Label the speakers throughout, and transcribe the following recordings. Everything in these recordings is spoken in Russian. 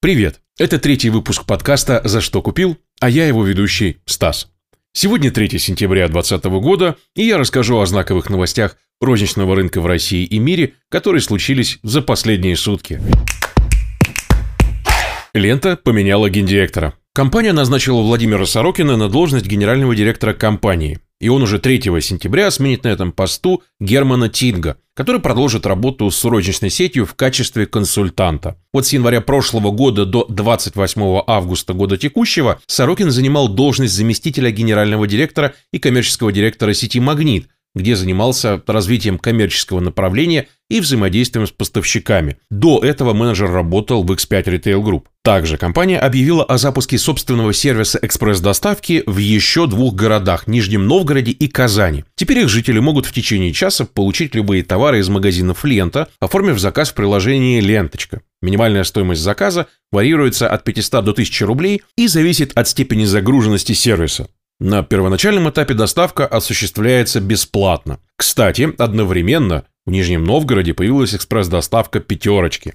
Speaker 1: Привет! Это третий выпуск подкаста «За что купил?», а я его ведущий Стас. Сегодня 3 сентября 2020 года, и я расскажу о знаковых новостях розничного рынка в России и мире, которые случились за последние сутки. Лента поменяла гендиректора. Компания назначила Владимира Сорокина на должность генерального директора компании, и он уже 3 сентября сменит на этом посту Германа Тинга, который продолжит работу с розничной сетью в качестве консультанта. Вот с января прошлого года до 28 августа года текущего Сорокин занимал должность заместителя генерального директора и коммерческого директора сети «Магнит», где занимался развитием коммерческого направления и взаимодействием с поставщиками. До этого менеджер работал в X5 Retail Group. Также компания объявила о запуске собственного сервиса экспресс-доставки в еще 2 городах – Нижнем Новгороде и Казани. Теперь их жители могут в течение часа получить любые товары из магазинов «Лента», оформив заказ в приложении «Ленточка». Минимальная стоимость заказа варьируется от 500 до 1000 рублей и зависит от степени загруженности сервиса. На первоначальном этапе доставка осуществляется бесплатно. Кстати, одновременно в Нижнем Новгороде появилась экспресс-доставка «Пятерочки».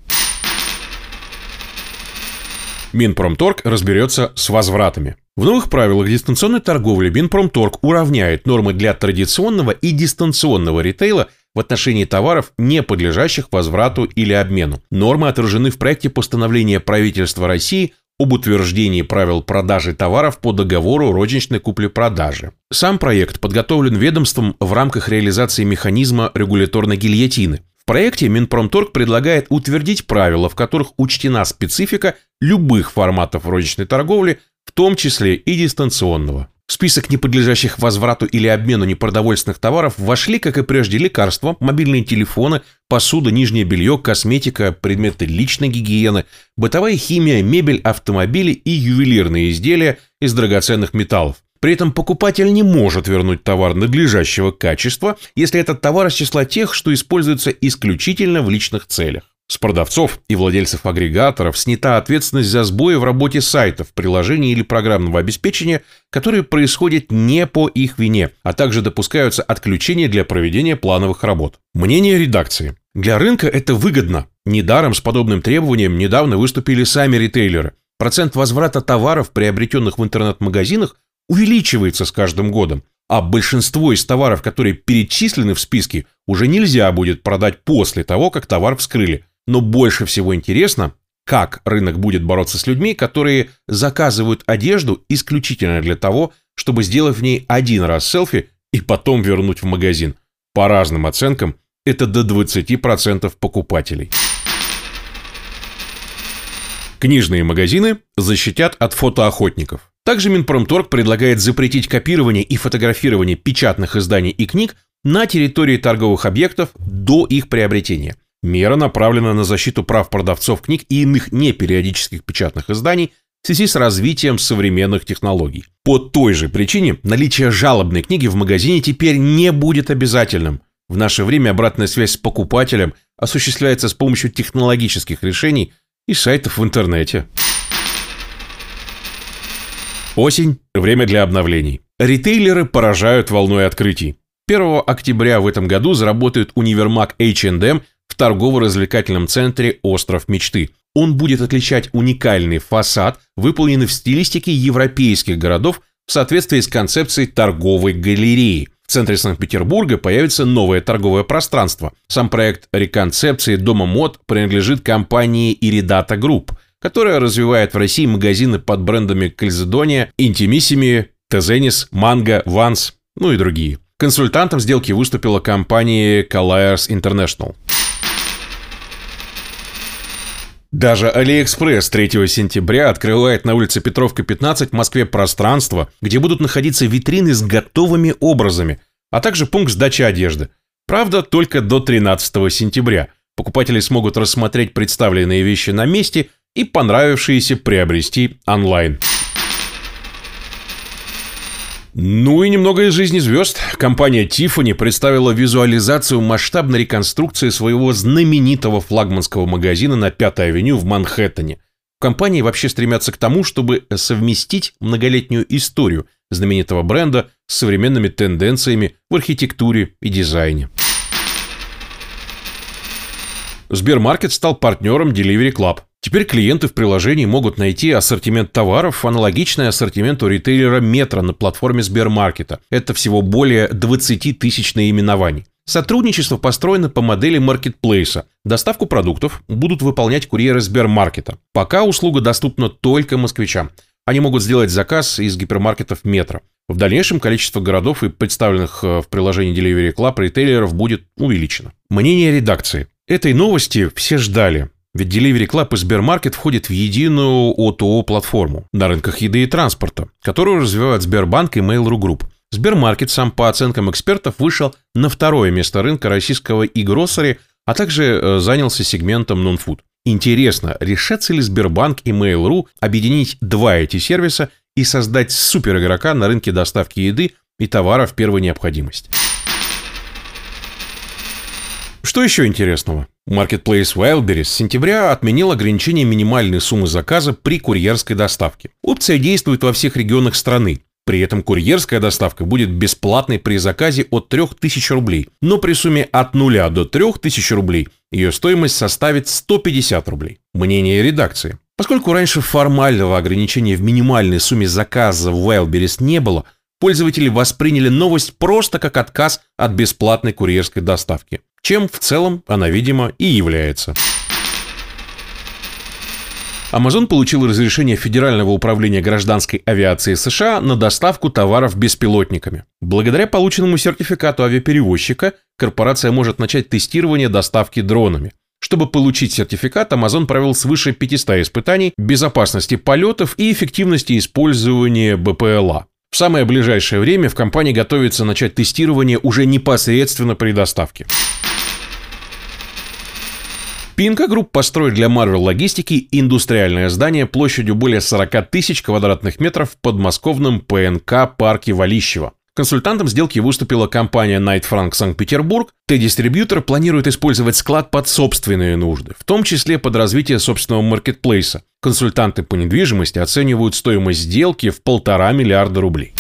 Speaker 1: Минпромторг разберется с возвратами. В новых правилах дистанционной торговли Минпромторг уравняет нормы для традиционного и дистанционного ритейла в отношении товаров, не подлежащих возврату или обмену. Нормы отражены в проекте постановления правительства России об утверждении правил продажи товаров по договору розничной купли-продажи. Сам проект подготовлен ведомством в рамках реализации механизма регуляторной гильотины. В проекте Минпромторг предлагает утвердить правила, в которых учтена специфика любых форматов розничной торговли, в том числе и дистанционного. В список неподлежащих возврату или обмену непродовольственных товаров вошли, как и прежде, лекарства, мобильные телефоны, посуда, нижнее белье, косметика, предметы личной гигиены, бытовая химия, мебель, автомобили и ювелирные изделия из драгоценных металлов. При этом покупатель не может вернуть товар надлежащего качества, если этот товар из числа тех, что используются исключительно в личных целях. С продавцов и владельцев агрегаторов снята ответственность за сбои в работе сайтов, приложений или программного обеспечения, которые происходят не по их вине, а также допускаются отключения для проведения плановых работ. Мнение редакции. Для рынка это выгодно. Недаром с подобным требованием недавно выступили сами ритейлеры. Процент возврата товаров, приобретенных в интернет-магазинах, увеличивается с каждым годом, а большинство из товаров, которые перечислены в списке, уже нельзя будет продать после того, как товар вскрыли. Но больше всего интересно, как рынок будет бороться с людьми, которые заказывают одежду исключительно для того, чтобы сделать в ней один раз селфи и потом вернуть в магазин. По разным оценкам, это до 20% покупателей. Книжные магазины защитят от фотоохотников. Также Минпромторг предлагает запретить копирование и фотографирование печатных изданий и книг на территории торговых объектов до их приобретения. Мера направлена на защиту прав продавцов книг и иных непериодических печатных изданий в связи с развитием современных технологий. По той же причине наличие жалобной книги в магазине теперь не будет обязательным. В наше время обратная связь с покупателем осуществляется с помощью технологических решений и сайтов в интернете. Осень – время для обновлений. Ритейлеры поражают волной открытий. 1 октября в этом году заработает универмаг H&M в торгово-развлекательном центре «Остров мечты». Он будет отличать уникальный фасад, выполненный в стилистике европейских городов в соответствии с концепцией торговой галереи. В центре Санкт-Петербурга появится новое торговое пространство. Сам проект реконцепции Дома мод принадлежит компании Iridata Group, которая развивает в России магазины под брендами Кальзедония, Интимиссими, Тезенис, Манго, Ванс, ну и другие. Консультантом сделки выступила компания Colliers International. Даже Алиэкспресс 3 сентября открывает на улице Петровка, 15 в Москве пространство, где будут находиться витрины с готовыми образами, а также пункт сдачи одежды. Правда, только до 13 сентября. Покупатели смогут рассмотреть представленные вещи на месте и понравившиеся приобрести онлайн. Ну и немного из жизни звезд. Компания Tiffany представила визуализацию масштабной реконструкции своего знаменитого флагманского магазина на 5-й авеню в Манхэттене. В компании вообще стремятся к тому, чтобы совместить многолетнюю историю знаменитого бренда с современными тенденциями в архитектуре и дизайне. Сбермаркет стал партнером Delivery Club. Теперь клиенты в приложении могут найти ассортимент товаров, аналогичный ассортименту ритейлера Metro на платформе Сбермаркета. Это всего более 20 тысяч наименований. Сотрудничество построено по модели маркетплейса. Доставку продуктов будут выполнять курьеры Сбермаркета. Пока услуга доступна только москвичам. Они могут сделать заказ из гипермаркетов Metro. В дальнейшем количество городов и представленных в приложении Delivery Club ритейлеров будет увеличено. Мнение редакции. Этой новости все ждали. Ведь Delivery Club и Сбермаркет входят в единую ОТО-платформу на рынках еды и транспорта, которую развивают Сбербанк и Mail.ru Group. Сбермаркет сам, по оценкам экспертов, вышел на второе место рынка российского e-grocery, а также занялся сегментом non-food. Интересно, решатся ли Сбербанк и Mail.ru объединить два эти сервиса и создать суперигрока на рынке доставки еды и товаров первой необходимости? Что еще интересного? Marketplace Wildberries с сентября отменил ограничение минимальной суммы заказа при курьерской доставке. Опция действует во всех регионах страны. При этом курьерская доставка будет бесплатной при заказе от 3000 рублей, но при сумме от 0 до 3000 рублей ее стоимость составит 150 рублей. Мнение редакции. Поскольку раньше формального ограничения в минимальной сумме заказа в Wildberries не было, пользователи восприняли новость просто как отказ от бесплатной курьерской доставки, чем в целом она, видимо, и является. Amazon получил разрешение Федерального управления гражданской авиации США на доставку товаров беспилотниками. Благодаря полученному сертификату авиаперевозчика корпорация может начать тестирование доставки дронами. Чтобы получить сертификат, Amazon провел свыше 500 испытаний безопасности полетов и эффективности использования БПЛА. В самое ближайшее время в компании готовится начать тестирование уже непосредственно при доставке. P&K Group построит для Marvel Логистики индустриальное здание площадью более 40 тысяч квадратных метров в подмосковном P&K парке Валищево. Консультантом сделки выступила компания Knight Frank Санкт-Петербург. T-дистрибьютор планирует использовать склад под собственные нужды, в том числе под развитие собственного маркетплейса. Консультанты по недвижимости оценивают стоимость сделки в 1,5 миллиарда рублей.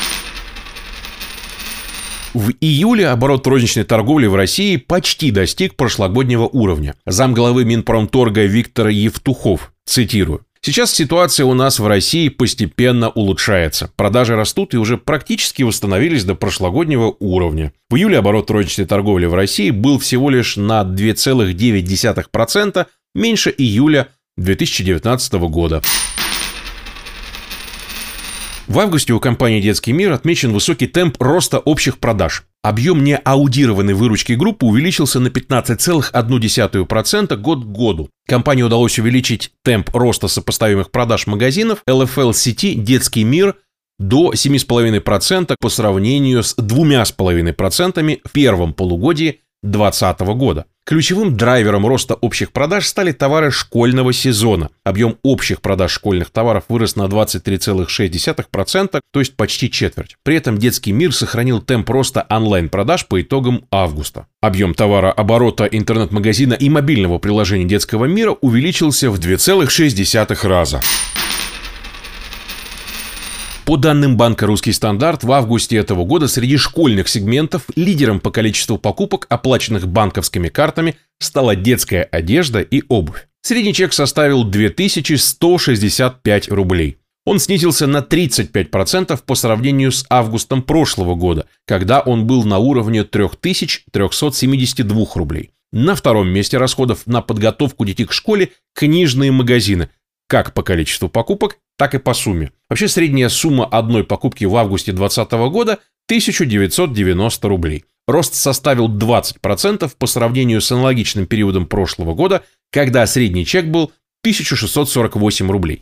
Speaker 1: В июле оборот розничной торговли в России почти достиг прошлогоднего уровня. Замглавы Минпромторга Виктор Евтухов, цитирую: «Сейчас ситуация у нас в России постепенно улучшается. Продажи растут и уже практически восстановились до прошлогоднего уровня. В июле оборот розничной торговли в России был всего лишь на 2,9% меньше июля 2019 года». В августе у компании «Детский мир» отмечен высокий темп роста общих продаж. Объем неаудированной выручки группы увеличился на 15,1% год к году. Компании удалось увеличить темп роста сопоставимых продаж магазинов LFL сети «Детский мир» до 7,5% по сравнению с 2,5% в первом полугодии 2020 года. Ключевым драйвером роста общих продаж стали товары школьного сезона. Объем общих продаж школьных товаров вырос на 23,6%, то есть почти четверть. При этом «Детский мир» сохранил темп роста онлайн-продаж по итогам августа. Объем товарооборота интернет-магазина и мобильного приложения «Детского мира» увеличился в 2,6 раза. По данным банка «Русский стандарт», в августе этого года среди школьных сегментов лидером по количеству покупок, оплаченных банковскими картами, стала детская одежда и обувь. Средний чек составил 2165 рублей. Он снизился на 35% по сравнению с августом прошлого года, когда он был на уровне 3372 рублей. На втором месте расходов на подготовку детей к школе книжные магазины, как по количеству покупок, так и по сумме. Вообще средняя сумма одной покупки в августе 2020 года – 1990 рублей. Рост составил 20% по сравнению с аналогичным периодом прошлого года, когда средний чек был 1648 рублей.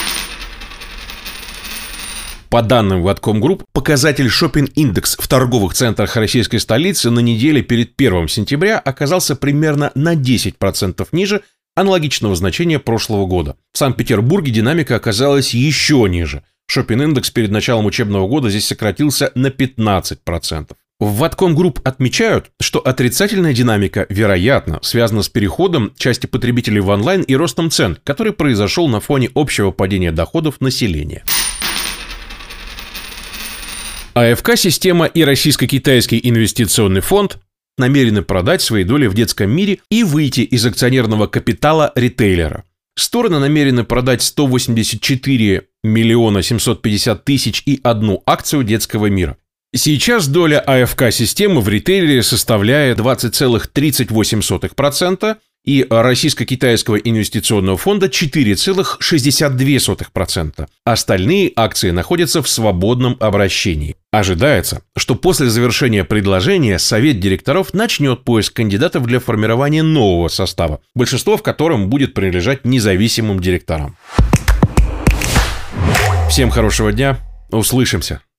Speaker 1: По данным Whatcom Group, показатель шоппинг-индекс в торговых центрах российской столицы на неделе перед 1 сентября оказался примерно на 10% ниже аналогичного значения прошлого года. В Санкт-Петербурге динамика оказалась еще ниже. Шоппинг-индекс перед началом учебного года здесь сократился на 15%. В Whatcom Group отмечают, что отрицательная динамика, вероятно, связана с переходом части потребителей в онлайн и ростом цен, который произошел на фоне общего падения доходов населения. АФК-система и Российско-Китайский инвестиционный фонд намерены продать свои доли в детском мире и выйти из акционерного капитала ритейлера. Стороны намерены продать 184 миллиона 750 тысяч и одну акцию Детского мира. Сейчас доля АФК-системы в ритейлере составляет 20,38%, и Российско-Китайского инвестиционного фонда 4,62%. Остальные акции находятся в свободном обращении. Ожидается, что после завершения предложения Совет директоров начнет поиск кандидатов для формирования нового состава, большинство в котором будет принадлежать независимым директорам. Всем хорошего дня, услышимся!